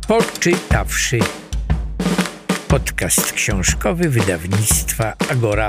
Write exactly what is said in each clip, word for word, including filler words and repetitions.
Poczytawszy. Podcast książkowy wydawnictwa Agora.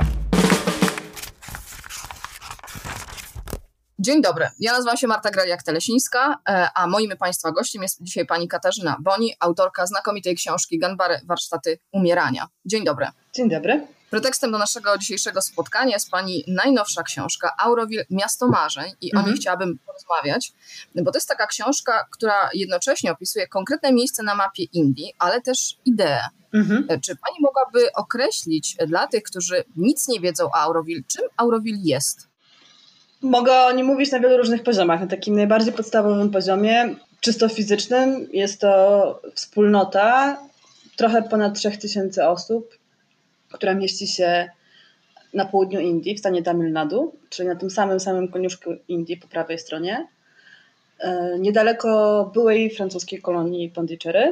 Dzień dobry, ja nazywam się Marta Graliak-Telesińska, a moim Państwa gościem jest dzisiaj pani Katarzyna Boni, autorka znakomitej książki Ganbare Warsztaty Umierania. Dzień dobry. Dzień dobry. Pretekstem do naszego dzisiejszego spotkania jest pani najnowsza książka Auroville – Miasto Marzeń i mhm. o niej chciałabym porozmawiać, bo to jest taka książka, która jednocześnie opisuje konkretne miejsce na mapie Indii, ale też ideę. Mhm. Czy pani mogłaby określić dla tych, którzy nic nie wiedzą o Auroville, czym Auroville jest? Mogę o nim mówić na wielu różnych poziomach. Na takim najbardziej podstawowym poziomie, czysto fizycznym, jest to wspólnota trochę ponad trzech tysięcy osób, która mieści się na południu Indii, w stanie Tamil Nadu, czyli na tym samym samym koniuszku Indii po prawej stronie, niedaleko byłej francuskiej kolonii Pondicherry.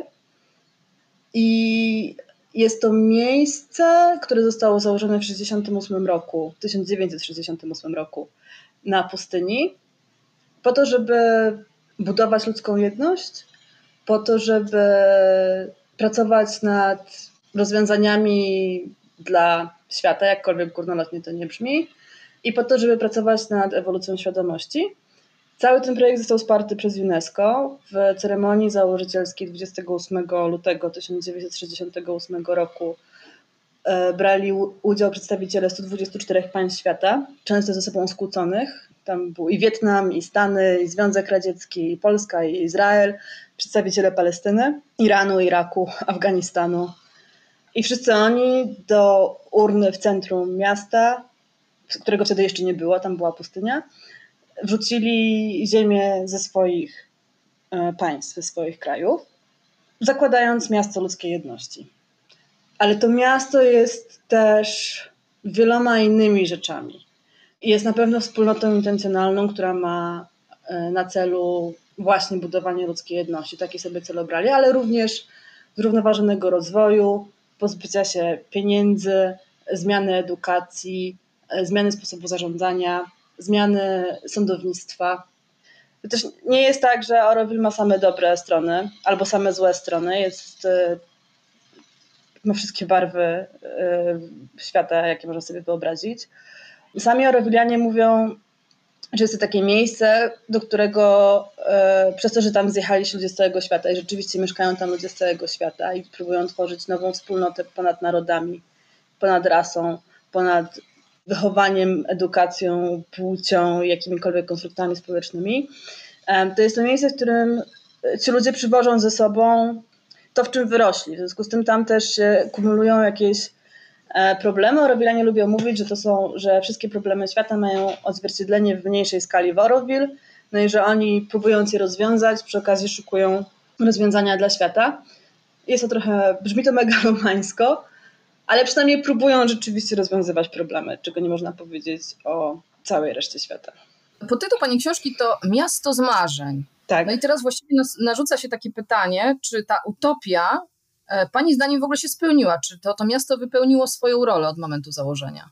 I jest to miejsce, które zostało założone w sześćdziesiątym ósmym roku, w tysiąc dziewięćset sześćdziesiątym ósmym roku na pustyni, po to, żeby budować ludzką jedność, po to, żeby pracować nad rozwiązaniami dla świata, jakkolwiek górnolotnie to nie brzmi, i po to, żeby pracować nad ewolucją świadomości. Cały ten projekt został wsparty przez UNESCO. W ceremonii założycielskiej dwudziestego ósmego lutego tysiąc dziewięćset sześćdziesiątego ósmego roku brali udział przedstawiciele stu dwudziestu czterech państw świata, często ze sobą skłóconych. Tam był i Wietnam, i Stany, i Związek Radziecki, i Polska, i Izrael, przedstawiciele Palestyny, Iranu, Iraku, Afganistanu. I wszyscy oni do urny w centrum miasta, którego wtedy jeszcze nie było, tam była pustynia, wrzucili ziemię ze swoich państw, ze swoich krajów, zakładając miasto ludzkiej jedności. Ale to miasto jest też wieloma innymi rzeczami. Jest na pewno wspólnotą intencjonalną, która ma na celu właśnie budowanie ludzkiej jedności. Taki sobie cel obrali, ale również zrównoważonego rozwoju, pozbycia się pieniędzy, zmiany edukacji, zmiany sposobu zarządzania, zmiany sądownictwa. To też nie jest tak, że Auroville ma same dobre strony albo same złe strony. Jest, ma wszystkie barwy świata, jakie można sobie wyobrazić. Sami Aurovilianie mówią, że jest to takie miejsce, do którego przez to, że tam zjechali się ludzie z całego świata i rzeczywiście mieszkają tam ludzie z całego świata i próbują tworzyć nową wspólnotę ponad narodami, ponad rasą, ponad wychowaniem, edukacją, płcią, jakimikolwiek konstruktami społecznymi. To jest to miejsce, w którym ci ludzie przywożą ze sobą to, w czym wyrośli. W związku z tym tam też się kumulują jakieś problemy. Aurovilianie lubią mówić, że to są, że wszystkie problemy świata mają odzwierciedlenie w mniejszej skali w Auroville, no i że oni, próbując je rozwiązać, przy okazji szukują rozwiązania dla świata. Jest to trochę, brzmi to megalomańsko, ale przynajmniej próbują rzeczywiście rozwiązywać problemy, czego nie można powiedzieć o całej reszcie świata. Podtytuł pani książki to Miasto z marzeń. Tak. No i teraz właściwie narzuca się takie pytanie, czy ta utopia pani zdaniem w ogóle się spełniła? Czy to, to miasto wypełniło swoją rolę od momentu założenia?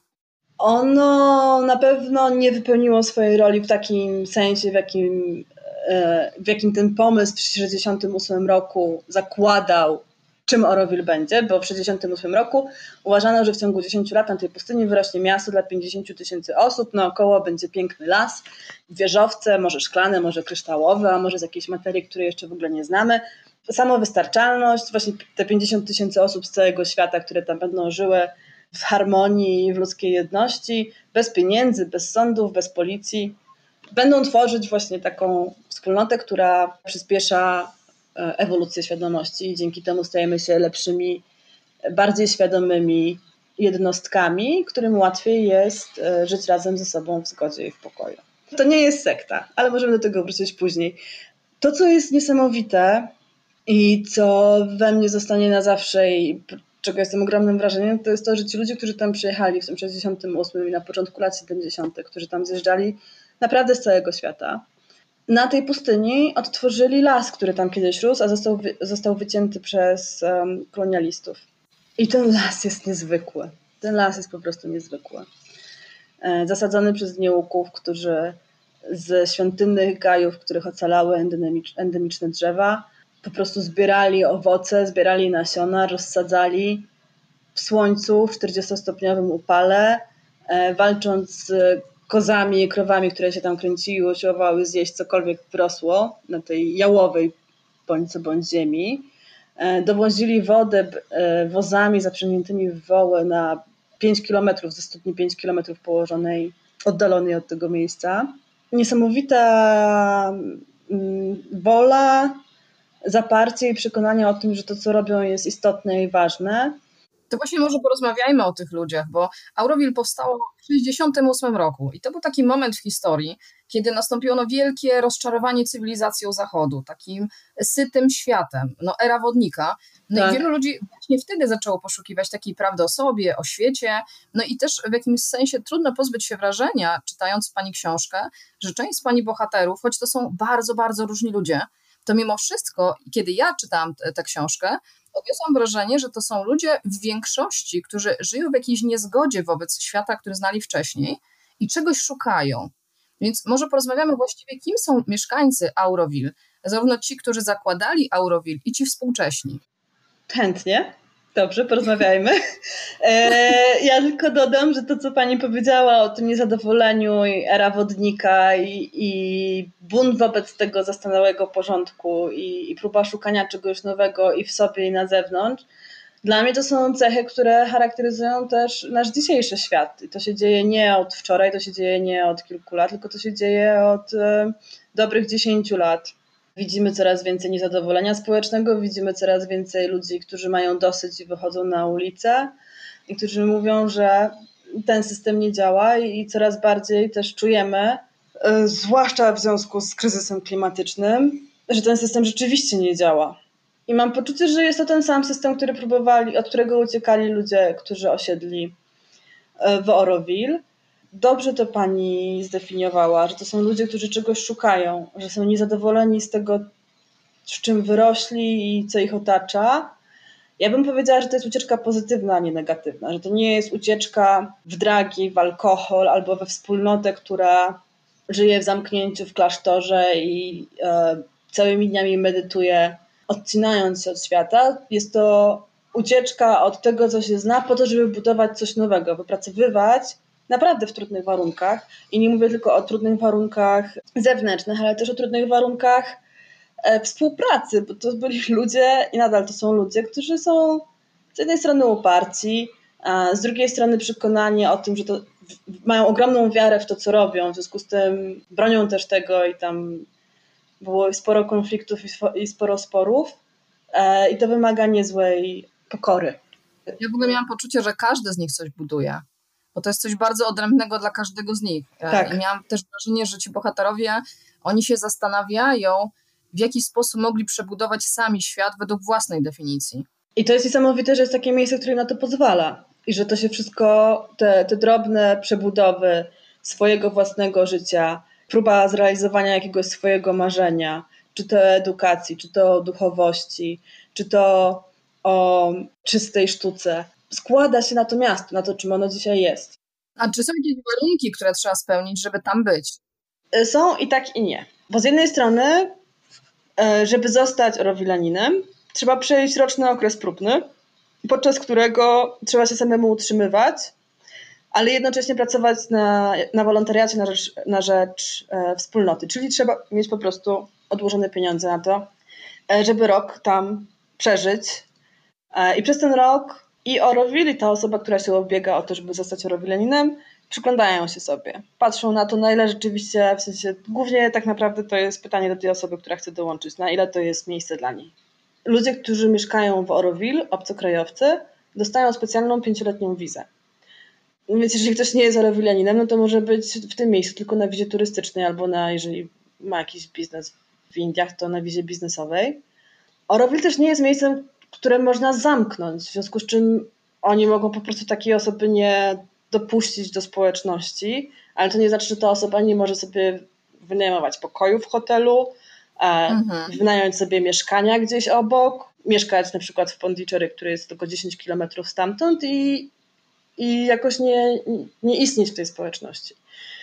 Ono na pewno nie wypełniło swojej roli w takim sensie, w jakim, w jakim ten pomysł w tysiąc dziewięćset sześćdziesiątym ósmym roku zakładał, czym Auroville będzie, bo w tysiąc dziewięćset sześćdziesiątym ósmym roku uważano, że w ciągu dziesięciu lat na tej pustyni wyrośnie miasto dla pięćdziesięciu tysięcy osób, naokoło będzie piękny las, wieżowce, może szklane, może kryształowe, a może z jakiejś materii, której jeszcze w ogóle nie znamy. Samowystarczalność, właśnie te pięćdziesiąt tysięcy osób z całego świata, które tam będą żyły w harmonii, w ludzkiej jedności, bez pieniędzy, bez sądów, bez policji, będą tworzyć właśnie taką wspólnotę, która przyspiesza ewolucję świadomości i dzięki temu stajemy się lepszymi, bardziej świadomymi jednostkami, którym łatwiej jest żyć razem ze sobą w zgodzie i w pokoju. To nie jest sekta, ale możemy do tego wrócić później. To, co jest niesamowite i co we mnie zostanie na zawsze i czego jestem ogromnym wrażeniem, to jest to, że ci ludzie, którzy tam przyjechali w tym sześćdziesiątym ósmym i na początku lat siedemdziesiątych, którzy tam zjeżdżali naprawdę z całego świata, na tej pustyni odtworzyli las, który tam kiedyś rósł, a został, został wycięty przez um, kolonialistów. I ten las jest niezwykły. Ten las jest po prostu niezwykły. E, zasadzony przez nieuków, którzy z świątynnych gajów, w których ocalały endemicz, endemiczne drzewa, po prostu zbierali owoce, zbierali nasiona, rozsadzali w słońcu, w czterdziestostopniowym upale, walcząc z kozami i krowami, które się tam kręciły, usiłowały zjeść cokolwiek rosło na tej jałowej bądź co bądź ziemi. Dowozili wodę wozami zaprzęgniętymi w woły na pięć kilometrów, ze studni pięć kilometrów położonej, oddalonej od tego miejsca. Niesamowita wola, zaparcie i przekonanie o tym, że to, co robią, jest istotne i ważne. To właśnie może porozmawiajmy o tych ludziach, bo Auroville powstało w sześćdziesiątym ósmym roku i to był taki moment w historii, kiedy nastąpiło no wielkie rozczarowanie cywilizacją Zachodu, takim sytym światem, no era wodnika. No tak. I wielu ludzi właśnie wtedy zaczęło poszukiwać takiej prawdy o sobie, o świecie, no i też w jakimś sensie trudno pozbyć się wrażenia, czytając Pani książkę, że część z Pani bohaterów, choć to są bardzo, bardzo różni ludzie, to mimo wszystko, kiedy ja czytałam tę książkę, odniosłam wrażenie, że to są ludzie w większości, którzy żyją w jakiejś niezgodzie wobec świata, który znali wcześniej i czegoś szukają. Więc może porozmawiamy właściwie, kim są mieszkańcy Auroville, zarówno ci, którzy zakładali Auroville i ci współcześni. Chętnie. Dobrze, porozmawiajmy. Ja tylko dodam, że to, co Pani powiedziała o tym niezadowoleniu i era wodnika i, i bunt wobec tego zastałego porządku i, i próba szukania czegoś nowego i w sobie, i na zewnątrz, dla mnie to są cechy, które charakteryzują też nasz dzisiejszy świat. I to się dzieje nie od wczoraj, to się dzieje nie od kilku lat, tylko to się dzieje od e, dobrych dziesięciu lat. Widzimy coraz więcej niezadowolenia społecznego, widzimy coraz więcej ludzi, którzy mają dosyć i wychodzą na ulicę i którzy mówią, że ten system nie działa i coraz bardziej też czujemy, zwłaszcza w związku z kryzysem klimatycznym, że ten system rzeczywiście nie działa. I mam poczucie, że jest to ten sam system, który próbowali, od którego uciekali ludzie, którzy osiedli w Auroville. Dobrze to Pani zdefiniowała, że to są ludzie, którzy czegoś szukają, że są niezadowoleni z tego, z czym wyrośli i co ich otacza. Ja bym powiedziała, że to jest ucieczka pozytywna, a nie negatywna, że to nie jest ucieczka w dragi, w alkohol albo we wspólnotę, która żyje w zamknięciu w klasztorze i e, całymi dniami medytuje, odcinając się od świata. Jest to ucieczka od tego, co się zna, po to, żeby budować coś nowego, wypracowywać naprawdę w trudnych warunkach. I nie mówię tylko o trudnych warunkach zewnętrznych, ale też o trudnych warunkach e, współpracy, bo to byli ludzie i nadal to są ludzie, którzy są z jednej strony uparci, a z drugiej strony przekonanie o tym, że to w, mają ogromną wiarę w to, co robią, w związku z tym bronią też tego i tam było sporo konfliktów i, spo, i sporo sporów e, i to wymaga niezłej pokory. Ja w ogóle miałam poczucie, że każdy z nich coś buduje, bo to jest coś bardzo odrębnego dla każdego z nich. Tak. I miałam też wrażenie, że ci bohaterowie, oni się zastanawiają, w jaki sposób mogli przebudować sami świat według własnej definicji. I to jest niesamowite, że jest takie miejsce, które na to pozwala. I że to się wszystko, te, te drobne przebudowy swojego własnego życia, próba zrealizowania jakiegoś swojego marzenia, czy to edukacji, czy to o duchowości, czy to o czystej sztuce, składa się na to miasto, na to, czym ono dzisiaj jest. A czy są jakieś warunki, które trzeba spełnić, żeby tam być? Są i tak, i nie. Bo z jednej strony, żeby zostać Aurovillaninem, trzeba przejść roczny okres próbny, podczas którego trzeba się samemu utrzymywać, ale jednocześnie pracować na, na wolontariacie na rzecz, na rzecz e, wspólnoty. Czyli trzeba mieć po prostu odłożone pieniądze na to, e, żeby rok tam przeżyć. E, I przez ten rok i Auroville, i ta osoba, która się ubiega o to, żeby zostać Aurovillaninem, przyglądają się sobie. Patrzą na to, na ile rzeczywiście, w sensie głównie tak naprawdę to jest pytanie do tej osoby, która chce dołączyć, na ile to jest miejsce dla niej. Ludzie, którzy mieszkają w Auroville, obcokrajowcy, dostają specjalną pięcioletnią wizę. Więc jeżeli ktoś nie jest Aurovillaninem, no to może być w tym miejscu tylko na wizie turystycznej albo na, jeżeli ma jakiś biznes w Indiach, to na wizie biznesowej. Auroville też nie jest miejscem, które można zamknąć, w związku z czym oni mogą po prostu takiej osoby nie dopuścić do społeczności, ale to nie znaczy, że ta osoba nie może sobie wynajmować pokoju w hotelu, mhm. wynająć sobie mieszkania gdzieś obok, mieszkać na przykład w Pondicherry, który jest tylko dziesięć kilometrów stamtąd i, i jakoś nie, nie istnieć w tej społeczności.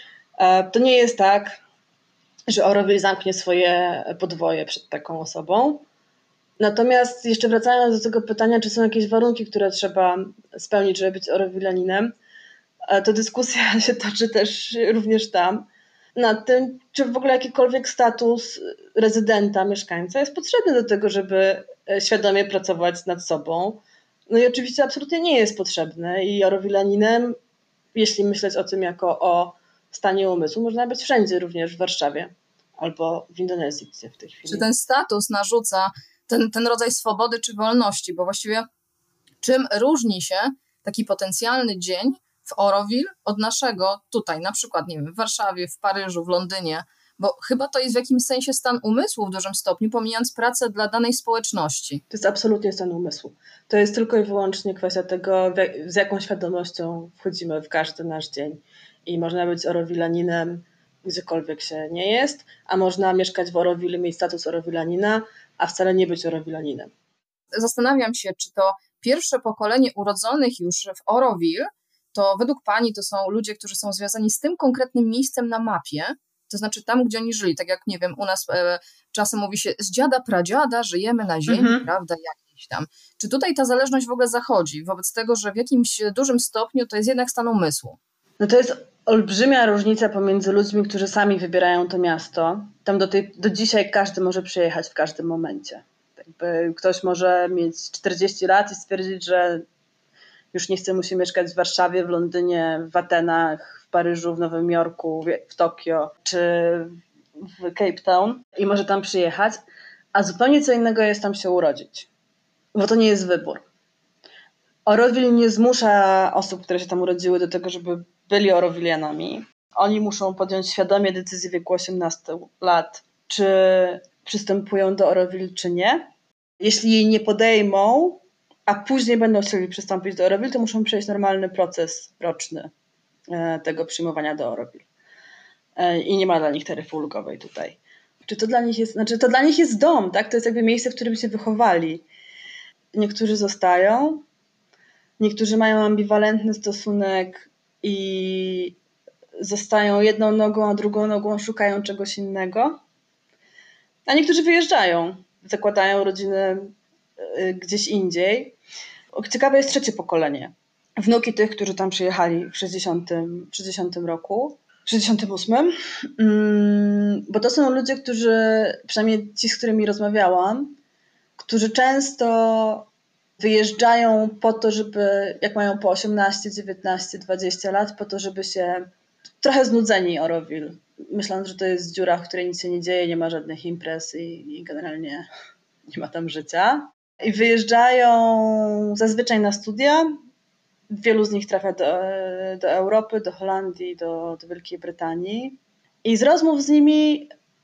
To nie jest tak, że Auroville zamknie swoje podwoje przed taką osobą. Natomiast jeszcze wracając do tego pytania, czy są jakieś warunki, które trzeba spełnić, żeby być orowilaninem, to dyskusja się toczy też również tam nad tym, czy w ogóle jakikolwiek status rezydenta, mieszkańca jest potrzebny do tego, żeby świadomie pracować nad sobą. No i oczywiście absolutnie nie jest potrzebny i orowilaninem, jeśli myśleć o tym jako o stanie umysłu, można być wszędzie, również w Warszawie albo w Indonezji, gdzie w tej chwili. Czy ten status narzuca ten, ten rodzaj swobody czy wolności, bo właściwie czym różni się taki potencjalny dzień w Oroville od naszego tutaj, na przykład, nie wiem, w Warszawie, w Paryżu, w Londynie, bo chyba to jest w jakimś sensie stan umysłu w dużym stopniu, pomijając pracę dla danej społeczności. To jest absolutnie stan umysłu. To jest tylko i wyłącznie kwestia tego, z jaką świadomością wchodzimy w każdy nasz dzień. I można być orowilaninem, gdziekolwiek się nie jest, a można mieszkać w Oroville, mieć status orowilanina, a wcale nie być orowilaninem. Zastanawiam się, czy to pierwsze pokolenie urodzonych już w Oroville, to według pani to są ludzie, którzy są związani z tym konkretnym miejscem na mapie, to znaczy tam, gdzie oni żyli. Tak jak, nie wiem, u nas e, czasem mówi się z dziada, pradziada żyjemy na ziemi, mhm. prawda, jakiś tam. Czy tutaj ta zależność w ogóle zachodzi wobec tego, że w jakimś dużym stopniu to jest jednak stan umysłu? No to jest olbrzymia różnica pomiędzy ludźmi, którzy sami wybierają to miasto. Tam do, tej, do dzisiaj każdy może przyjechać w każdym momencie. Jakby ktoś może mieć czterdzieści lat i stwierdzić, że już nie chce mu się mieszkać w Warszawie, w Londynie, w Atenach, w Paryżu, w Nowym Jorku, w Tokio czy w Cape Town i może tam przyjechać, a zupełnie co innego jest tam się urodzić, bo to nie jest wybór. Oroville nie zmusza osób, które się tam urodziły, do tego, żeby byli orowilianami. Oni muszą podjąć świadomie decyzję w wieku osiemnastu lat, czy przystępują do Oroville, czy nie. Jeśli jej nie podejmą, a później będą chcieli przystąpić do Oroville, to muszą przejść normalny proces roczny tego przyjmowania do Oroville. I nie ma dla nich taryfy ulgowej tutaj. Czy to dla nich jest, znaczy to dla nich jest dom, tak? To jest jakby miejsce, w którym się wychowali. Niektórzy zostają, niektórzy mają ambiwalentny stosunek i zostają jedną nogą, a drugą nogą szukają czegoś innego. A niektórzy wyjeżdżają, zakładają rodziny gdzieś indziej. Ciekawe jest trzecie pokolenie. Wnuki tych, którzy tam przyjechali w sześćdziesiątym roku, w sześćdziesiątym ósmym, bo to są ludzie, którzy, przynajmniej ci, z którymi rozmawiałam, którzy często wyjeżdżają po to, żeby, jak mają po osiemnaście, dziewiętnaście, dwadzieścia lat, po to, żeby się trochę znudzeni Oroville, myśląc, że to jest dziura, w której nic się nie dzieje, nie ma żadnych imprez i, i generalnie nie ma tam życia. I wyjeżdżają zazwyczaj na studia. Wielu z nich trafia do, do Europy, do Holandii, do, do Wielkiej Brytanii. I z rozmów z nimi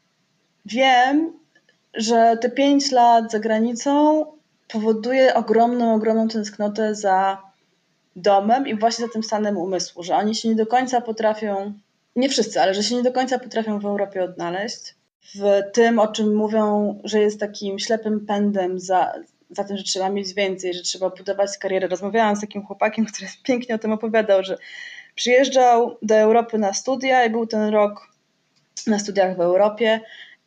wiem, że te pięć lat za granicą powoduje ogromną, ogromną tęsknotę za domem i właśnie za tym stanem umysłu, że oni się nie do końca potrafią, nie wszyscy, ale że się nie do końca potrafią w Europie odnaleźć. W tym, o czym mówią, że jest takim ślepym pędem za, za tym, że trzeba mieć więcej, że trzeba budować karierę. Rozmawiałam z takim chłopakiem, który pięknie o tym opowiadał, że przyjeżdżał do Europy na studia i był ten rok na studiach w Europie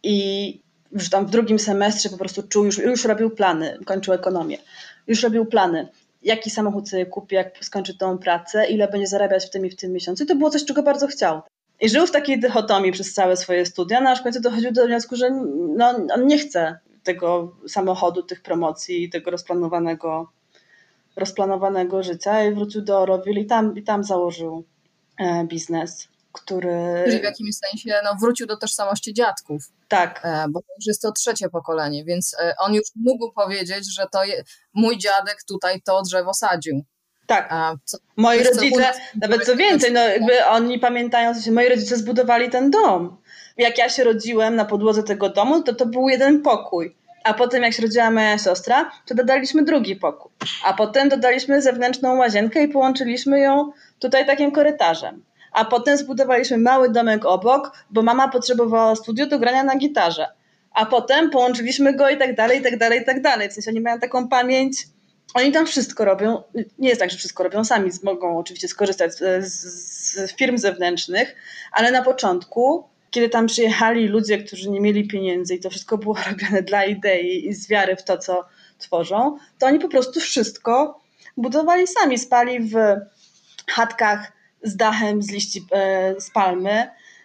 i już tam w drugim semestrze po prostu czuł, już, już robił plany, kończył ekonomię, już robił plany, jaki samochód sobie kupi, jak skończy tą pracę, ile będzie zarabiać w tym i w tym miesiącu. I to było coś, czego bardzo chciał. I żył w takiej dychotomii przez całe swoje studia, no aż w końcu dochodził do wniosku, że no, on nie chce tego samochodu, tych promocji, tego rozplanowanego, rozplanowanego życia i wrócił do Oroville i tam, i tam założył e, biznes, który... Czyli w jakimś sensie no, wrócił do tożsamości dziadków. Tak. E, bo to już jest to trzecie pokolenie, więc e, on już mógł powiedzieć, że to je, mój dziadek tutaj to drzewo sadził. Tak. A co, moi rodzice, nas, nawet co więcej, no jakby oni pamiętają, że moi rodzice zbudowali ten dom. Jak ja się rodziłem na podłodze tego domu, to to był jeden pokój. A potem jak się rodziła moja siostra, to dodaliśmy drugi pokój. A potem dodaliśmy zewnętrzną łazienkę i połączyliśmy ją tutaj takim korytarzem. A potem zbudowaliśmy mały domek obok, bo mama potrzebowała studio do grania na gitarze. A potem połączyliśmy go i tak dalej, i tak dalej, i tak dalej. W sensie oni mają taką pamięć, oni tam wszystko robią. Nie jest tak, że wszystko robią sami, mogą oczywiście skorzystać z, z firm zewnętrznych, ale na początku kiedy tam przyjechali ludzie, którzy nie mieli pieniędzy i to wszystko było robione dla idei i z wiary w to, co tworzą, to oni po prostu wszystko budowali sami. Spali w chatkach z dachem z liści z palmy,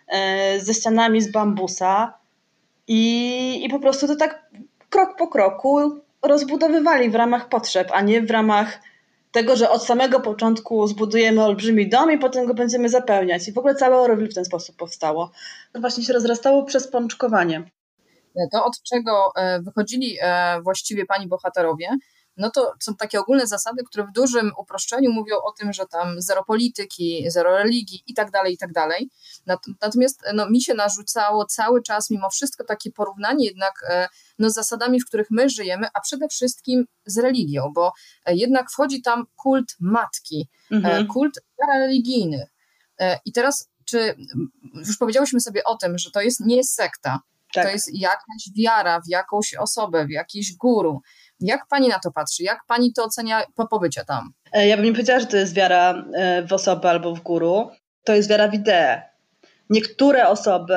ze ścianami z bambusa i, i po prostu to tak krok po kroku rozbudowywali w ramach potrzeb, a nie w ramach tego, że od samego początku zbudujemy olbrzymi dom i potem go będziemy zapełniać. I w ogóle całe Auroville w ten sposób powstało. To właśnie się rozrastało przez pączkowanie. To, od czego wychodzili właściwie pani bohaterowie, no to są takie ogólne zasady, które w dużym uproszczeniu mówią o tym, że tam zero polityki, zero religii i tak dalej, i tak dalej. Natomiast no, mi się narzucało cały czas mimo wszystko takie porównanie jednak no, z zasadami, w których my żyjemy, a przede wszystkim z religią, bo jednak wchodzi tam kult matki, mhm. kult religijny. I teraz, czy już powiedziałyśmy sobie o tym, że to jest, nie jest sekta, tak. To jest jakaś wiara w jakąś osobę, w jakiś guru. Jak pani na to patrzy? Jak pani to ocenia po pobycie tam? Ja bym nie powiedziała, że to jest wiara w osobę albo w guru. To jest wiara w ideę. Niektóre osoby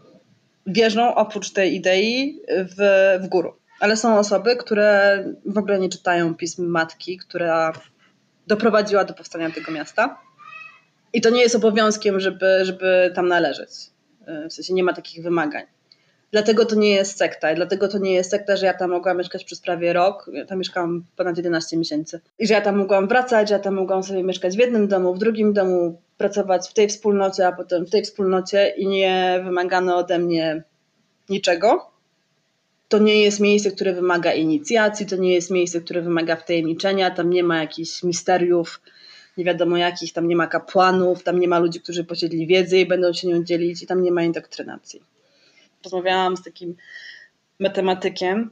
wierzą oprócz tej idei w, w guru. Ale są osoby, które w ogóle nie czytają pism matki, która doprowadziła do powstania tego miasta. I to nie jest obowiązkiem, żeby, żeby tam należeć. W sensie nie ma takich wymagań. Dlatego to nie jest sekta i dlatego to nie jest sekta, że ja tam mogłam mieszkać przez prawie rok, ja tam mieszkałam ponad jedenaście miesięcy i że ja tam mogłam wracać, że ja tam mogłam sobie mieszkać w jednym domu, w drugim domu, pracować w tej wspólnocie, a potem w tej wspólnocie i nie wymagano ode mnie niczego. To nie jest miejsce, które wymaga inicjacji, to nie jest miejsce, które wymaga wtajemniczenia, tam nie ma jakichś misteriów, nie wiadomo jakich, tam nie ma kapłanów, tam nie ma ludzi, którzy posiedli wiedzę i będą się nią dzielić i tam nie ma indoktrynacji. Rozmawiałam z takim matematykiem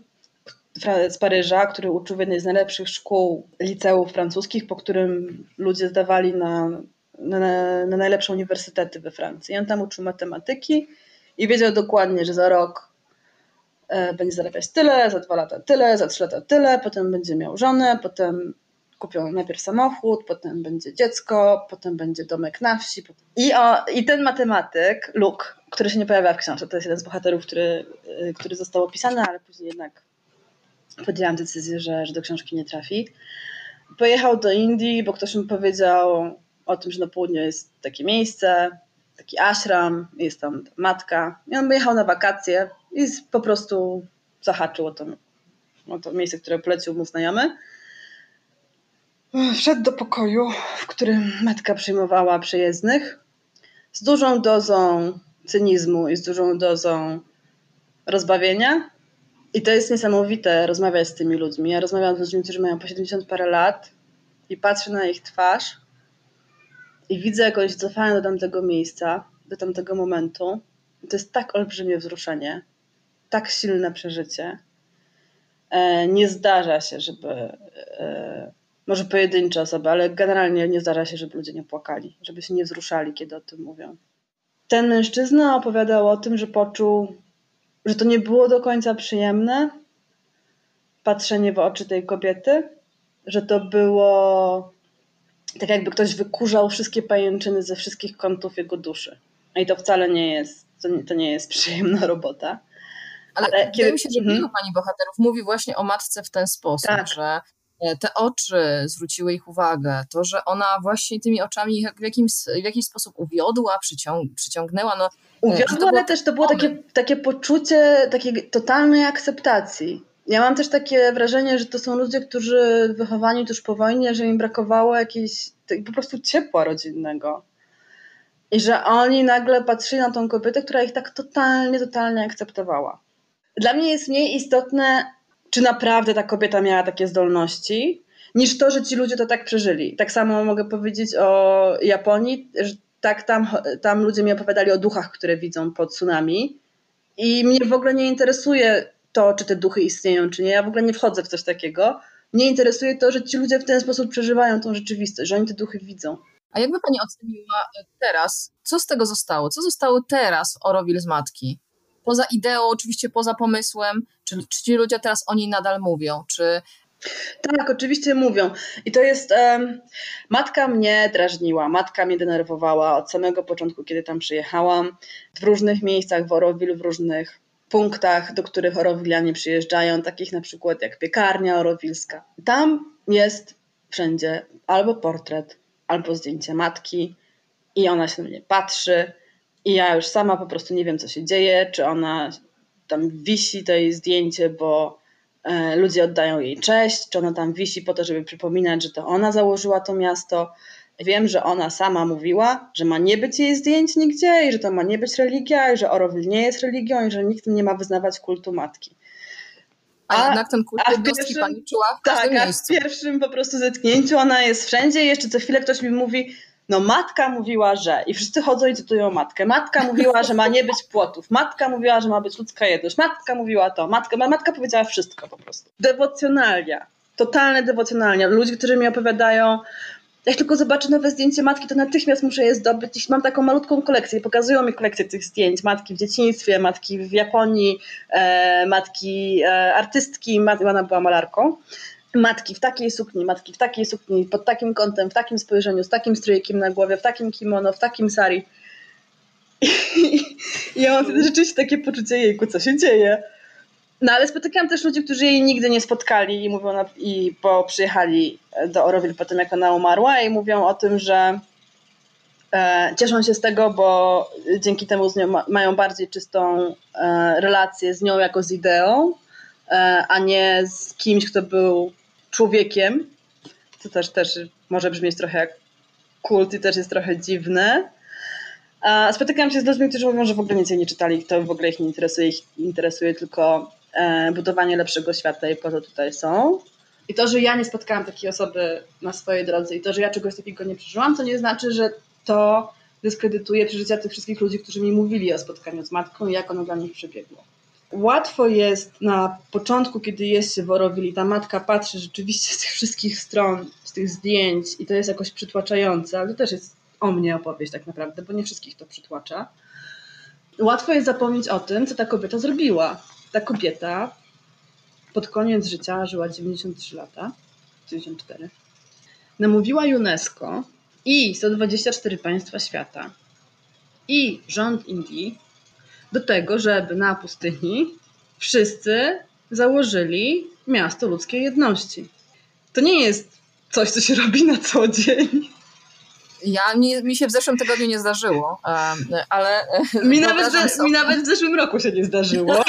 z Paryża, który uczył w jednej z najlepszych szkół liceów francuskich, po którym ludzie zdawali na, na, na najlepsze uniwersytety we Francji. I on tam uczył matematyki i wiedział dokładnie, że za rok e, będzie zarabiać tyle, za dwa lata tyle, za trzy lata tyle, potem będzie miał żonę, potem kupią najpierw samochód, potem będzie dziecko, potem będzie domek na wsi. I, o, i ten matematyk, Luke, który się nie pojawia w książce, to jest jeden z bohaterów, który, który został opisany, ale później jednak podjęłam decyzję, że, że do książki nie trafi. Pojechał do Indii, bo ktoś mu powiedział o tym, że na południu jest takie miejsce, taki ashram, jest tam matka. I on jechał na wakacje i po prostu zahaczył o to, o to miejsce, które polecił mu znajomy. Wszedł do pokoju, w którym matka przyjmowała przejezdnych z dużą dozą cynizmu i z dużą dozą rozbawienia. I to jest niesamowite rozmawiać z tymi ludźmi. Ja rozmawiam z ludźmi, którzy mają po siedemdziesiąt parę lat i patrzę na ich twarz i widzę, jak oni się cofają do tamtego miejsca, do tamtego momentu. I to jest tak olbrzymie wzruszenie, tak silne przeżycie. Nie zdarza się, żeby... Może pojedyncze osoby, ale generalnie nie zdarza się, żeby ludzie nie płakali, żeby się nie wzruszali, kiedy o tym mówią. Ten mężczyzna opowiadał o tym, że poczuł, że to nie było do końca przyjemne patrzenie w oczy tej kobiety, że to było tak, jakby ktoś wykurzał wszystkie pajęczyny ze wszystkich kątów jego duszy. I to wcale nie jest, to nie, to nie jest przyjemna robota. Ale, ale wydaje mi się, że wielu pani bohaterów mówi właśnie o matce w ten sposób, tak. Że te oczy zwróciły ich uwagę, to, że ona właśnie tymi oczami w jakimś, w jakiś sposób uwiodła, przyciąg, przyciągnęła. No, uwiodła, ale było... też to było takie, takie poczucie takiej totalnej akceptacji. Ja mam też takie wrażenie, że to są ludzie, którzy wychowani tuż po wojnie, że im brakowało jakiegoś po prostu ciepła rodzinnego. I że oni nagle patrzyli na tą kobietę, która ich tak totalnie, totalnie akceptowała. Dla mnie jest mniej istotne, czy naprawdę ta kobieta miała takie zdolności, niż to, że ci ludzie to tak przeżyli. Tak samo mogę powiedzieć o Japonii, że tak tam, tam ludzie mi opowiadali o duchach, które widzą pod tsunami i mnie w ogóle nie interesuje to, czy te duchy istnieją, czy nie. Ja w ogóle nie wchodzę w coś takiego. Mnie interesuje to, że ci ludzie w ten sposób przeżywają tą rzeczywistość, że oni te duchy widzą. A jakby pani oceniła teraz, co z tego zostało? Co zostało teraz o Auroville z matki? Poza ideą, oczywiście poza pomysłem, czy, czy ci ludzie teraz o niej nadal mówią? Czy... Tak, oczywiście mówią. I to jest... Um, matka mnie drażniła, matka mnie denerwowała od samego początku, kiedy tam przyjechałam. W różnych miejscach w Orowil, w różnych punktach, do których orowilianie przyjeżdżają, takich na przykład jak piekarnia orowilska. Tam jest wszędzie albo portret, albo zdjęcie matki i ona się na mnie patrzy i ja już sama po prostu nie wiem, co się dzieje, czy ona tam wisi to jej zdjęcie, bo e, ludzie oddają jej cześć, czy ona tam wisi po to, żeby przypominać, że to ona założyła to miasto. Wiem, że ona sama mówiła, że ma nie być jej zdjęć nigdzie i że to ma nie być religia i że Orowil nie jest religią i że nikt nie ma wyznawać kultu matki. A, a jednak ten kult jednostki pani czuła w każdym tak, miejscu. Tak, a w pierwszym po prostu zetknięciu ona jest wszędzie i jeszcze co chwilę ktoś mi mówi, no matka mówiła, że i wszyscy chodzą i cytują matkę. Matka mówiła, że ma nie być płotów. Matka mówiła, że ma być ludzka jedność. Matka mówiła to. Matka, matka powiedziała wszystko po prostu. Dewocjonalia. Totalne dewocjonalia. Ludzie, którzy mi opowiadają, jak tylko zobaczę nowe zdjęcie matki, to natychmiast muszę je zdobyć. Mam taką malutką kolekcję. Pokazują mi kolekcję tych zdjęć. Matki w dzieciństwie, matki w Japonii, e, matki e, artystki. Mat, ona była malarką. Matki w takiej sukni, matki w takiej sukni, pod takim kątem, w takim spojrzeniu, z takim strójkiem na głowie, w takim kimono, w takim sari. I, i ja mam wtedy rzeczywiście takie poczucie, jejku, co się dzieje. No ale spotykałam też ludzi, którzy jej nigdy nie spotkali i mówią, na, i bo przyjechali do Orowil po tym, jak ona umarła i mówią o tym, że e, cieszą się z tego, bo dzięki temu z nią ma, mają bardziej czystą e, relację z nią jako z ideą, e, a nie z kimś, kto był człowiekiem. To też, też może brzmieć trochę jak kult i też jest trochę dziwne. A spotykałam się z ludźmi, którzy mówią, że w ogóle nic jej nie czytali, to w ogóle ich nie interesuje, ich interesuje tylko e, budowanie lepszego świata i po to tutaj są. I to, że ja nie spotkałam takiej osoby na swojej drodze i to, że ja czegoś takiego nie przeżyłam, to nie znaczy, że to dyskredytuje przeżycia tych wszystkich ludzi, którzy mi mówili o spotkaniu z matką i jak ono dla nich przebiegło. Łatwo jest na początku, kiedy jest się w Orowil i ta matka patrzy rzeczywiście z tych wszystkich stron, z tych zdjęć i to jest jakoś przytłaczające, ale to też jest o mnie opowieść tak naprawdę, bo nie wszystkich to przytłacza. Łatwo jest zapomnieć o tym, co ta kobieta zrobiła. Ta kobieta pod koniec życia, żyła dziewięćdziesiąt trzy lata, dziewięćdziesiąt cztery, namówiła UNESCO i sto dwadzieścia cztery państwa świata i rząd Indii do tego, żeby na pustyni wszyscy założyli miasto ludzkiej jedności. To nie jest coś, co się robi na co dzień. Ja, mi, mi się w zeszłym tygodniu nie zdarzyło, ale... Mi nawet, sobie... mi nawet w zeszłym roku się nie zdarzyło.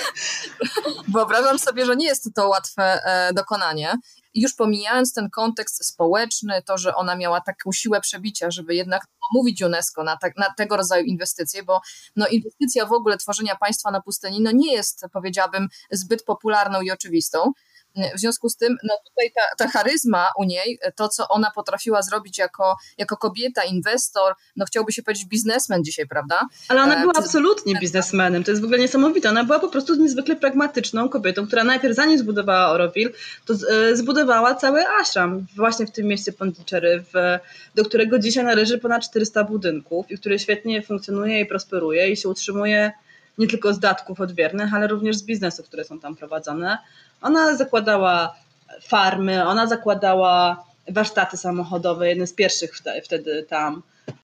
Wyobrażam sobie, że nie jest to łatwe dokonanie. Już pomijając ten kontekst społeczny, to, że ona miała taką siłę przebicia, żeby jednak namówić UNESCO na, te, na tego rodzaju inwestycje, bo no, inwestycja w ogóle tworzenia państwa na pustyni no, nie jest, powiedziałabym, zbyt popularną i oczywistą. W związku z tym, no tutaj ta, ta charyzma u niej, to co ona potrafiła zrobić jako, jako kobieta, inwestor, no chciałby się powiedzieć biznesmen dzisiaj, prawda? Ale ona była absolutnie biznesmenem, to jest w ogóle niesamowite. Ona była po prostu niezwykle pragmatyczną kobietą, która najpierw zanim zbudowała Orowil, to zbudowała cały ashram właśnie w tym mieście Pondicherry, w, do którego dzisiaj należy ponad czterysta budynków i który świetnie funkcjonuje i prosperuje i się utrzymuje nie tylko z datków odwiernych, ale również z biznesów, które są tam prowadzone. Ona zakładała farmy, ona zakładała warsztaty samochodowe, jedne z pierwszych wtedy tam.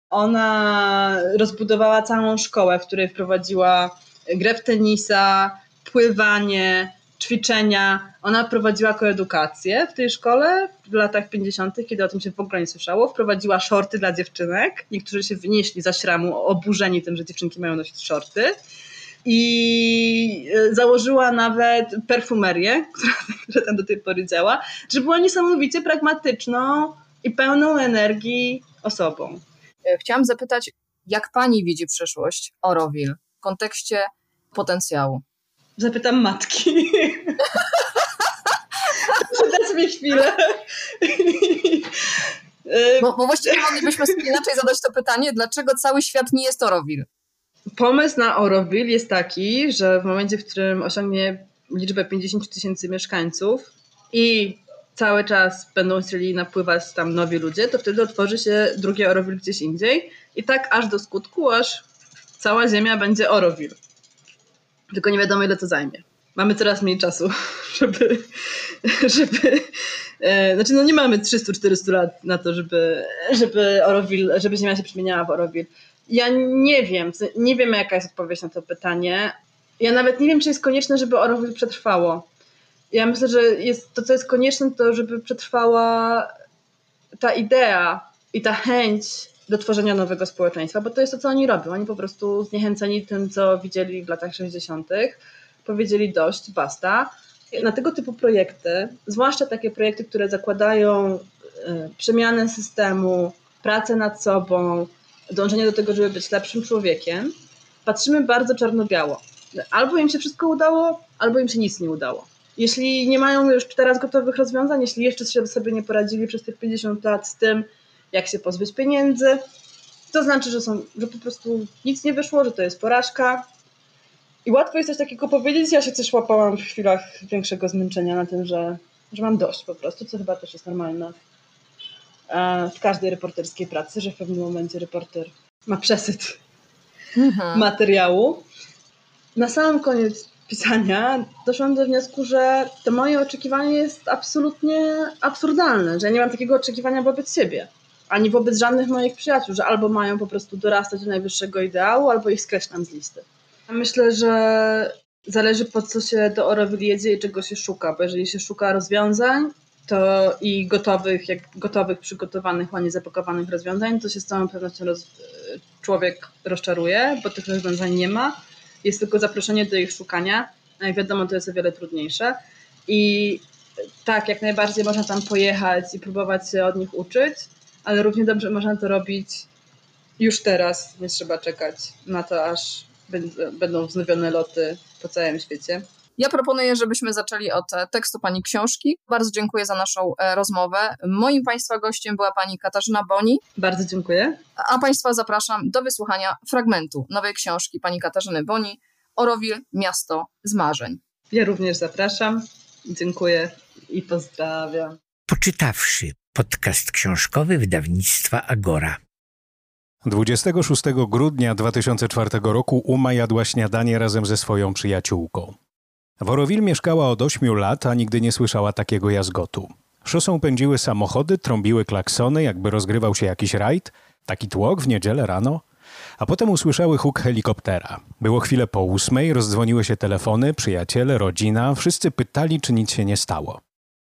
Ona rozbudowała całą szkołę, w której wprowadziła grę w tenisa, pływanie, ćwiczenia. Ona prowadziła koedukację w tej szkole w latach pięćdziesiątych, kiedy o tym się w ogóle nie słyszało. Wprowadziła shorty dla dziewczynek. Niektórzy się wynieśli z ashramu oburzeni tym, że dziewczynki mają nosić shorty. I założyła nawet perfumerię, która, która tam do tej pory działa, że była niesamowicie pragmatyczną i pełną energii osobą. Chciałam zapytać, jak pani widzi przyszłość Orowil w kontekście potencjału? Zapytam matki. Dać mi chwilę. Bo, bo właściwie moglibyśmy sobie inaczej zadać to pytanie, dlaczego cały świat nie jest Orowil? Pomysł na Orowil jest taki, że w momencie, w którym osiągnie liczbę pięćdziesiąt tysięcy mieszkańców i cały czas będą chcieli napływać tam nowi ludzie, to wtedy otworzy się drugie Orowil gdzieś indziej i tak aż do skutku, aż cała ziemia będzie Orowil. Tylko nie wiadomo, ile to zajmie. mamy coraz mniej czasu, żeby, żeby e, znaczy no nie mamy trzysta czterysta lat na to, żeby, żeby Auroville, żeby Ziemia się przemieniała w Auroville. Ja nie wiem, nie wiem jaka jest odpowiedź na to pytanie. Ja nawet nie wiem, czy jest konieczne, żeby Auroville przetrwało. Ja myślę, że jest, to, co jest konieczne, to żeby przetrwała ta idea i ta chęć do tworzenia nowego społeczeństwa, bo to jest to, co oni robią. Oni po prostu zniechęceni tym, co widzieli w latach sześćdziesiątych, powiedzieli dość, basta. Na tego typu projekty, zwłaszcza takie projekty, które zakładają y, przemianę systemu, pracę nad sobą, dążenie do tego, żeby być lepszym człowiekiem, patrzymy bardzo czarno-biało. Albo im się wszystko udało, albo im się nic nie udało. Jeśli nie mają już teraz gotowych rozwiązań, jeśli jeszcze sobie nie poradzili przez tych pięćdziesiąt lat z tym, jak się pozbyć pieniędzy, to znaczy, że, są, że po prostu nic nie wyszło, że to jest porażka. I łatwo jest coś takiego powiedzieć. Ja się też łapałam w chwilach większego zmęczenia na tym, że, że mam dość po prostu, co chyba też jest normalne w każdej reporterskiej pracy, że w pewnym momencie reporter ma przesyt mhm. materiału. Na samym koniec pisania doszłam do wniosku, że to moje oczekiwanie jest absolutnie absurdalne, że ja nie mam takiego oczekiwania wobec siebie, ani wobec żadnych moich przyjaciół, że albo mają po prostu dorastać do najwyższego ideału, albo ich skreślam z listy. Myślę, że zależy, po co się do Auroville jedzie i czego się szuka, bo jeżeli się szuka rozwiązań to i gotowych, jak gotowych, przygotowanych, ładnie zapakowanych rozwiązań, to się z całą pewnością roz... człowiek rozczaruje, bo tych rozwiązań nie ma. Jest tylko zaproszenie do ich szukania, a jak wiadomo, to jest o wiele trudniejsze. I tak, jak najbardziej można tam pojechać i próbować się od nich uczyć, ale równie dobrze można to robić już teraz, nie trzeba czekać na to, aż będą wznowione loty po całym świecie. Ja proponuję, żebyśmy zaczęli od tekstu pani książki. Bardzo dziękuję za naszą rozmowę. Moim Państwa gościem była pani Katarzyna Boni. Bardzo dziękuję. A Państwa zapraszam do wysłuchania fragmentu nowej książki pani Katarzyny Boni, Auroville, miasto z marzeń. Ja również zapraszam. Dziękuję i pozdrawiam. Poczytawszy podcast książkowy wydawnictwa Agora. dwudziestego szóstego grudnia dwa tysiące czwartego roku Uma jadła śniadanie razem ze swoją przyjaciółką. W Auroville mieszkała od ośmiu lat, a nigdy nie słyszała takiego jazgotu. Szosą pędziły samochody, trąbiły klaksony, jakby rozgrywał się jakiś rajd, taki tłok w niedzielę rano. A potem usłyszały huk helikoptera. Było chwilę po ósmej, rozdzwoniły się telefony, przyjaciele, rodzina, wszyscy pytali, czy nic się nie stało.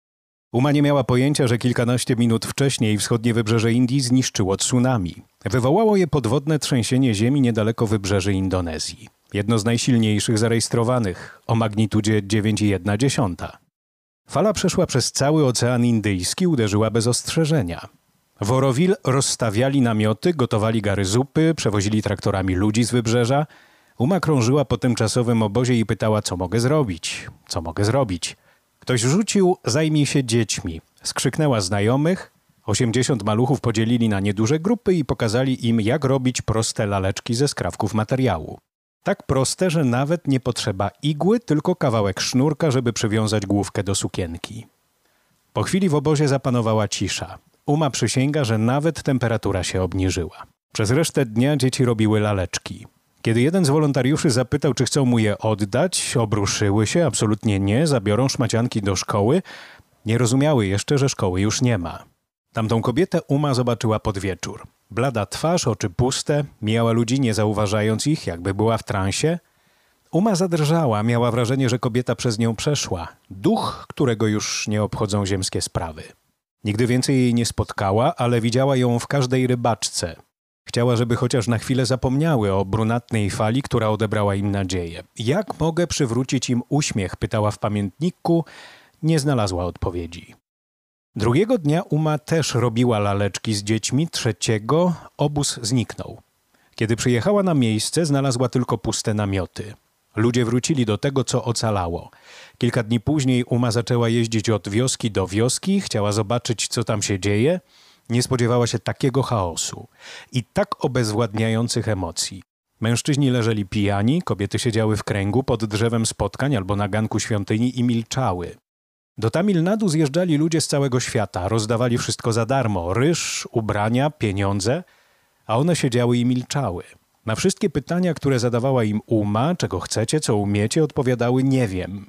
Uma nie miała pojęcia, że kilkanaście minut wcześniej wschodnie wybrzeże Indii zniszczyło tsunami. Wywołało je podwodne trzęsienie ziemi niedaleko wybrzeży Indonezji. Jedno z najsilniejszych zarejestrowanych, o magnitudzie dziewięć i jedna dziesiąta. Fala przeszła przez cały Ocean Indyjski, uderzyła bez ostrzeżenia. W Auroville rozstawiali namioty, gotowali gary zupy, przewozili traktorami ludzi z wybrzeża. Uma krążyła po tymczasowym obozie i pytała, co mogę zrobić, co mogę zrobić. Ktoś rzucił, zajmij się dziećmi. Skrzyknęła znajomych. osiemdziesiąt maluchów podzielili na nieduże grupy i pokazali im, jak robić proste laleczki ze skrawków materiału. Tak proste, że nawet nie potrzeba igły, tylko kawałek sznurka, żeby przywiązać główkę do sukienki. Po chwili w obozie zapanowała cisza. Uma przysięga, że nawet temperatura się obniżyła. Przez resztę dnia dzieci robiły laleczki. Kiedy jeden z wolontariuszy zapytał, czy chcą mu je oddać, obruszyły się, absolutnie nie, zabiorą szmacianki do szkoły. Nie rozumiały jeszcze, że szkoły już nie ma. Tamtą kobietę Uma zobaczyła pod wieczór. Blada twarz, oczy puste, mijała ludzi, nie zauważając ich, jakby była w transie. Uma zadrżała, miała wrażenie, że kobieta przez nią przeszła. Duch, którego już nie obchodzą ziemskie sprawy. Nigdy więcej jej nie spotkała, ale widziała ją w każdej rybaczce. Chciała, żeby chociaż na chwilę zapomniały o brunatnej fali, która odebrała im nadzieję. Jak mogę przywrócić im uśmiech? Pytała w pamiętniku. Nie znalazła odpowiedzi. Drugiego dnia Uma też robiła laleczki z dziećmi. Trzeciego obóz zniknął. Kiedy przyjechała na miejsce, znalazła tylko puste namioty. Ludzie wrócili do tego, co ocalało. Kilka dni później Uma zaczęła jeździć od wioski do wioski, chciała zobaczyć, co tam się dzieje. Nie spodziewała się takiego chaosu i tak obezwładniających emocji. Mężczyźni leżeli pijani, kobiety siedziały w kręgu pod drzewem spotkań albo na ganku świątyni i milczały. Do Tamil Nadu zjeżdżali ludzie z całego świata, rozdawali wszystko za darmo, ryż, ubrania, pieniądze, a one siedziały i milczały. Na wszystkie pytania, które zadawała im Uma, czego chcecie, co umiecie, odpowiadały nie wiem.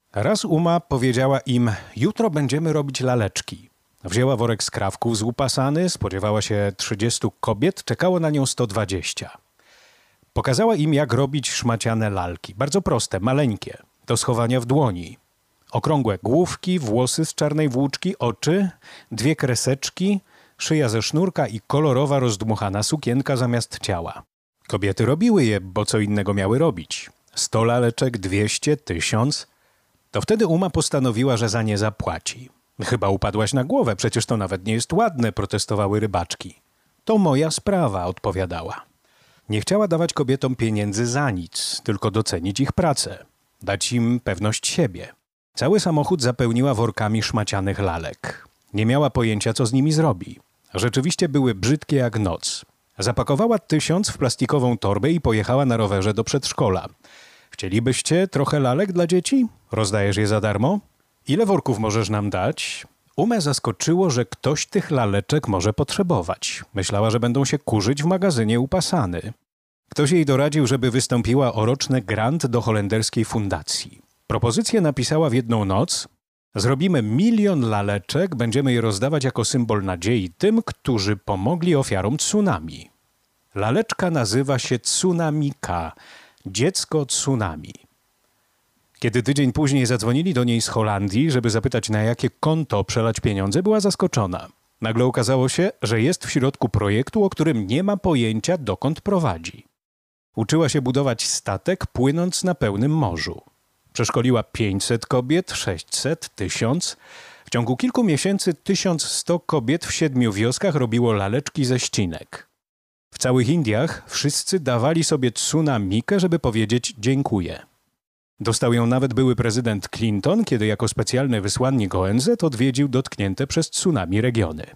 Raz Uma powiedziała im: jutro będziemy robić laleczki. Wzięła worek skrawków złupasany, spodziewała się trzydziestu kobiet, czekało na nią sto dwadzieścia. Pokazała im, jak robić szmaciane lalki. Bardzo proste, maleńkie, do schowania w dłoni. Okrągłe główki, włosy z czarnej włóczki, oczy, dwie kreseczki, szyja ze sznurka i kolorowa rozdmuchana sukienka zamiast ciała. Kobiety robiły je, bo co innego miały robić. Sto laleczek, dwieście, tysiąc. To wtedy Uma postanowiła, że za nie zapłaci. Chyba upadłaś na głowę, przecież to nawet nie jest ładne, protestowały rybaczki. To moja sprawa, odpowiadała. Nie chciała dawać kobietom pieniędzy za nic, tylko docenić ich pracę, dać im pewność siebie. Cały samochód zapełniła workami szmacianych lalek. Nie miała pojęcia, co z nimi zrobi. Rzeczywiście były brzydkie jak noc. Zapakowała tysiąc w plastikową torbę i pojechała na rowerze do przedszkola. Chcielibyście trochę lalek dla dzieci? Rozdajesz je za darmo? Ile worków możesz nam dać? Umę zaskoczyło, że ktoś tych laleczek może potrzebować. Myślała, że będą się kurzyć w magazynie u Pasany. Ktoś jej doradził, żeby wystąpiła o roczny grant do holenderskiej fundacji. Propozycję napisała w jedną noc. Zrobimy milion laleczek, będziemy je rozdawać jako symbol nadziei tym, którzy pomogli ofiarom tsunami. Laleczka nazywa się Tsunamika, dziecko tsunami. Kiedy tydzień później zadzwonili do niej z Holandii, żeby zapytać, na jakie konto przelać pieniądze, była zaskoczona. Nagle okazało się, że jest w środku projektu, o którym nie ma pojęcia, dokąd prowadzi. Uczyła się budować statek, płynąc na pełnym morzu. Przeszkoliła pięćset kobiet, sześćset, tysiąc. W ciągu kilku miesięcy tysiąc sto kobiet w siedmiu wioskach robiło laleczki ze ścinek. W całych Indiach wszyscy dawali sobie tsunamikę, żeby powiedzieć dziękuję. Dostał ją nawet były prezydent Clinton, kiedy jako specjalny wysłannik O N Z odwiedził dotknięte przez tsunami regiony.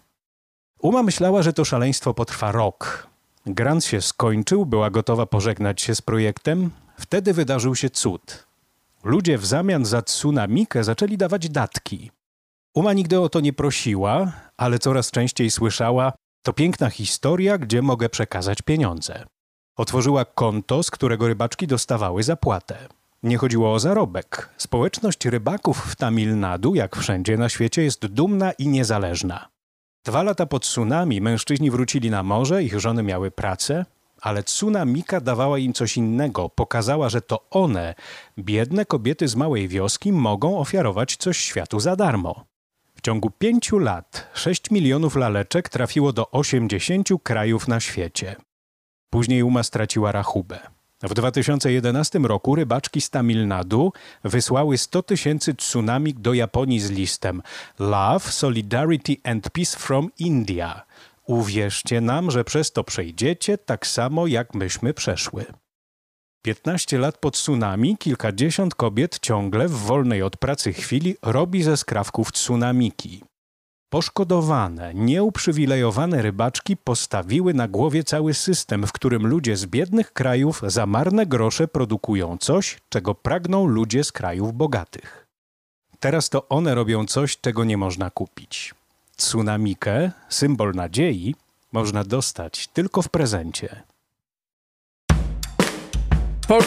Uma myślała, że to szaleństwo potrwa rok. Grant się skończył, była gotowa pożegnać się z projektem. Wtedy wydarzył się cud. Ludzie w zamian za tsunamikę zaczęli dawać datki. Uma nigdy o to nie prosiła, ale coraz częściej słyszała: to piękna historia, gdzie mogę przekazać pieniądze. Otworzyła konto, z którego rybaczki dostawały zapłatę. Nie chodziło o zarobek. Społeczność rybaków w Tamil Nadu, jak wszędzie na świecie, jest dumna i niezależna. Dwa lata po tsunami mężczyźni wrócili na morze, ich żony miały pracę, ale tsunamika dawała im coś innego. Pokazała, że to one, biedne kobiety z małej wioski, mogą ofiarować coś światu za darmo. W ciągu pięciu lat sześć milionów laleczek trafiło do osiemdziesięciu krajów na świecie. Później Uma straciła rachubę. W dwa tysiące jedenastym roku rybaczki z Tamil Nadu wysłały sto tysięcy tsunamik do Japonii z listem Love, Solidarity and Peace from India. Uwierzcie nam, że przez to przejdziecie tak samo, jak myśmy przeszły. piętnaście lat po tsunami kilkadziesiąt kobiet ciągle w wolnej od pracy chwili robi ze skrawków tsunamiki. Poszkodowane, nieuprzywilejowane rybaczki postawiły na głowie cały system, w którym ludzie z biednych krajów za marne grosze produkują coś, czego pragną ludzie z krajów bogatych. Teraz to one robią coś, czego nie można kupić. Tsunamikę, symbol nadziei, można dostać tylko w prezencie.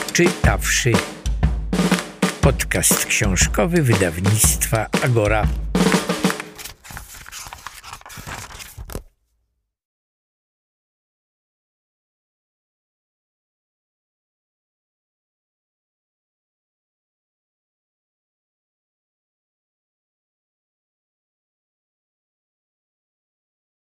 Poczytawszy. Podcast książkowy wydawnictwa Agora.